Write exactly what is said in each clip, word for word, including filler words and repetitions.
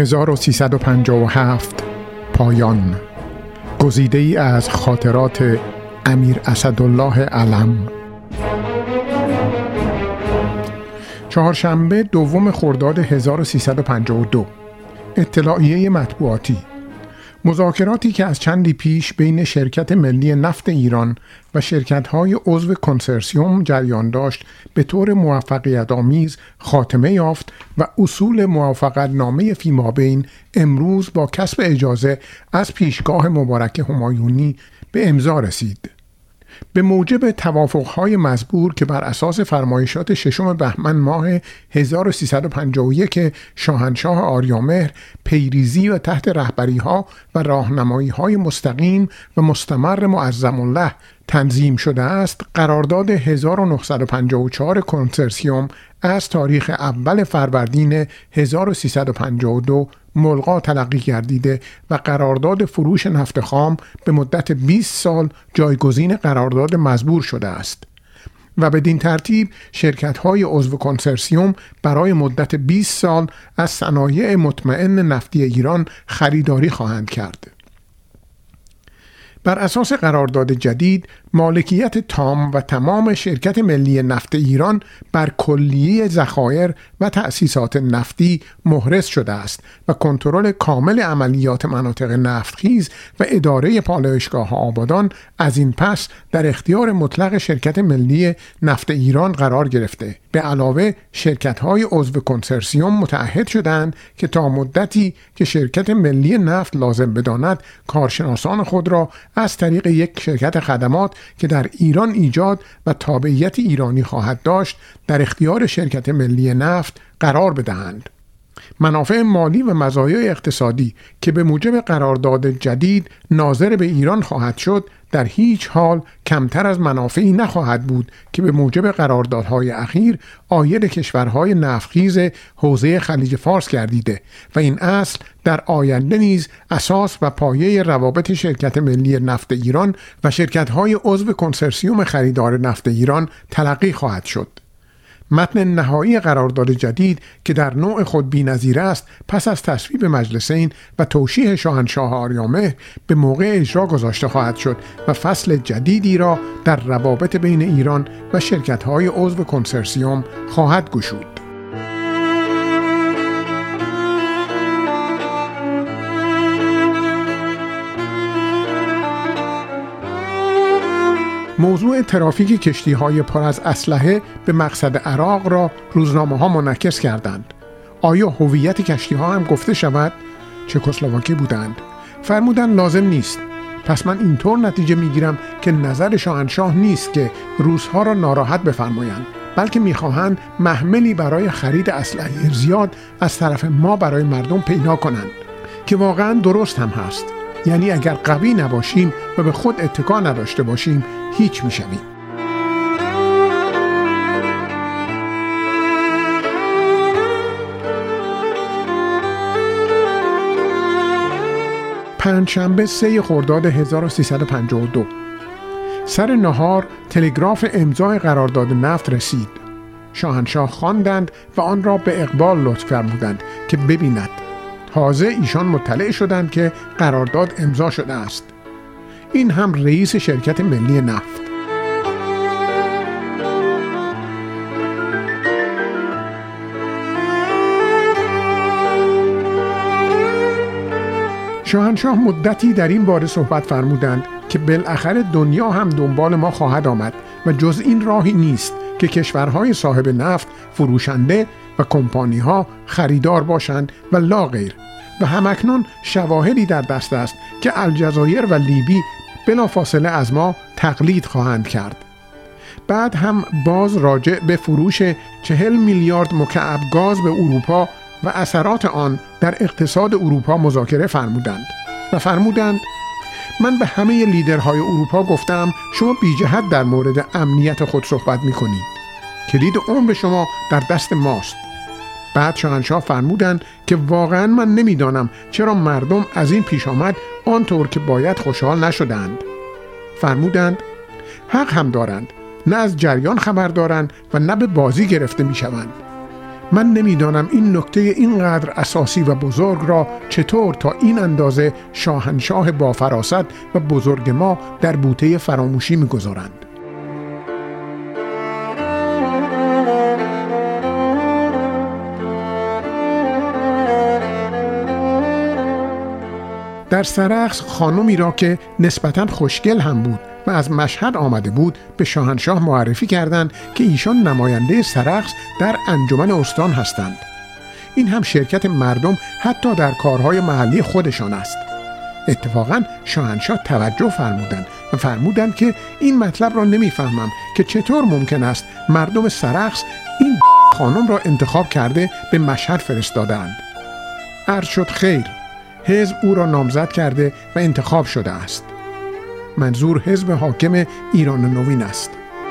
هزار و سیصد و پنجاه و هفت پایان. گزیده ای از خاطرات امیر اسدالله علم. چهارشنبه دوم خرداد هزار و سیصد و پنجاه و دو. اطلاعیه مطبوعاتی. مذاکراتی که از چندی پیش بین شرکت ملی نفت ایران و شرکت‌های عضو کنسرسیوم جریان داشت به طور موفقیت‌آمیز خاتمه یافت و اصول موافقتنامه فیمابین امروز با کسب اجازه از پیشگاه مبارک همایونی به امضا رسید. به موجب توافق‌های مزبور که بر اساس فرمایشات ششم بهمن ماه هزار و سیصد و پنجاه و یک شاهنشاه آریامهر پیریزی و تحت رهبری‌ها و راهنمایی‌های مستقیم و مستمر معظم الله تنظیم شده است، قرارداد هزار و نهصد و پنجاه و چهار کنسرسیوم از تاریخ اول فروردین هزار و سیصد و پنجاه و دو ملغا تلقی گردیده و قرارداد فروش نفت خام به مدت بیست سال جایگزین قرارداد مزبور شده است و بدین ترتیب شرکت‌های عضو کنسرسیوم برای مدت بیست سال از صنایع مطمئن نفتی ایران خریداری خواهند کرد. بر اساس قرارداد جدید، مالکیت تام و تمام شرکت ملی نفت ایران بر کلیه ذخایر و تأسیسات نفتی محرز شده است و کنترل کامل عملیات مناطق نفتخیز و اداره پالایشگاه آبادان از این پس در اختیار مطلق شرکت ملی نفت ایران قرار گرفته. به علاوه شرکت‌های عضو کنسرسیوم متعهد شدند که تا مدتی که شرکت ملی نفت لازم بداند کارشناسان خود را از طریق یک شرکت خدمات که در ایران ایجاد و تابعیت ایرانی خواهد داشت در اختیار شرکت ملی نفت قرار بدهند. منافع مالی و مزایای اقتصادی که به موجب قرارداد جدید ناظر به ایران خواهد شد در هیچ حال کمتر از منافعی نخواهد بود که به موجب قراردادهای اخیر عاید کشورهای نفتخیز حوزه خلیج فارس گردیده و این اصل در آینده نیز اساس و پایه روابط شرکت ملی نفت ایران و شرکت‌های عضو کنسرسیوم خریدار نفت ایران تلقی خواهد شد. متن نهایی قرارداد جدید که در نوع خود بی‌نظیر است پس از تصویب مجلسین و توشیح شاهنشاه آریامهر به موقع اجرا گذاشته خواهد شد و فصل جدیدی را در روابط بین ایران و شرکت‌های عضو کنسرسیوم خواهد گشود. موضوع ترافیک کشتی‌های پر از اسلحه به مقصد عراق را روزنامه‌ها منعکس کردند. آیا هویت کشتی‌ها هم گفته شود؟ چکسلواکی بودند. فرمودند لازم نیست. پس من اینطور نتیجه می‌گیرم که نظر شاهنشاه نیست که روس‌ها را ناراحت بفرمایند، بلکه می‌خواهند محملی برای خرید اسلحه زیاد از طرف ما برای مردم پیدا کنند که واقعاً درست هم هست. یعنی اگر قوی نباشیم و به خود اتکا نداشته باشیم هیچ میشویم. پنجشنبه سه خرداد هزار و سیصد و پنجاه و دو. سر نهار تلگراف امضای قرارداد نفت رسید. شاهنشاه خواندند و آن را به اقبال لطف فرمودند که ببیند. تازه ایشان مطلع شدند که قرارداد امضا شده است. این هم رئیس شرکت ملی نفت. شاهنشاه مدتی در این باره صحبت فرمودند که بالاخره دنیا هم دنبال ما خواهد آمد و جز این راهی نیست که کشورهای صاحب نفت فروشنده و کمپانی‌ها خریدار باشند و لا غیر. و همکنون شواهدی در دست است که الجزایر و لیبی بلافاصله از ما تقلید خواهند کرد. بعد هم باز راجع به فروش چهل میلیارد مکعب گاز به اروپا و اثرات آن در اقتصاد اروپا مذاکره فرمودند و فرمودند من به همه لیدرهای اروپا گفتم شما بی جهت در مورد امنیت خود صحبت می‌کنید. کلید عمر شما در دست ماست. بعد شاهنشاه فرمودند که واقعا من نمیدانم چرا مردم از این پیش آمد آنطور که باید خوشحال نشدند. فرمودند حق هم دارند، نه از جریان خبر دارند و نه به بازی گرفته می شوند. من نمیدانم این نکته اینقدر اساسی و بزرگ را چطور تا این اندازه شاهنشاه با فراست و بزرگ ما در بوته فراموشی میگذارند. در سرخس خانمی را که نسبتاً خوشگل هم بود و از مشهد آمده بود به شاهنشاه معرفی کردند که ایشان نماینده سرخس در انجمن استان هستند. این هم شرکت مردم حتی در کارهای محلی خودشان است. اتفاقاً شاهنشاه توجه فرمودند و فرمودند که این مطلب را نمیفهمم که چطور ممکن است مردم سرخس این خانم را انتخاب کرده به مشهد فرستادند. عرض شد خیر، حزب او را نامزد کرده و انتخاب شده است. منظور حزب حاکم ایران نوین است.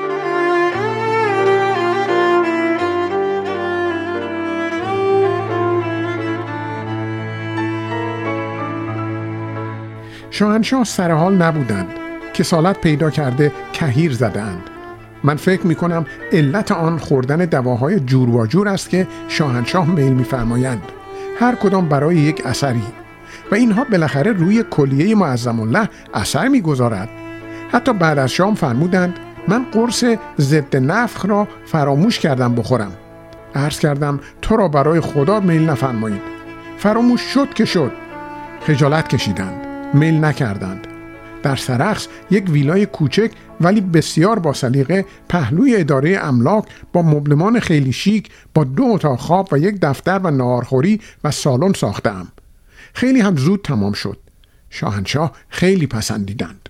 شاهنشاه سرحال نبودند. کسالت پیدا کرده کهیر زدند. من فکر می کنم علت آن خوردن دواهای جور و جور است که شاهنشاه میل می فرمایند. هر کدام برای یک اثری. و اینها بالاخره روی کلیه معظم الله اثر می‌گذارد. حتی بعد از شام فرمودند من قرص ضد نفخ را فراموش کردم بخورم. عرض کردم تو را برای خدا میل نفرمایید. فراموش شد که شد. خجالت کشیدند. میل نکردند. در سرخس یک ویلای کوچک ولی بسیار با سلیقه پهلوی اداره املاک با مبلمان خیلی شیک با دو اتاق خواب و یک دفتر و ناهارخوری و سالن ساختم. خیلی هم زود تمام شد. شاهنشاه خیلی پسندیدند.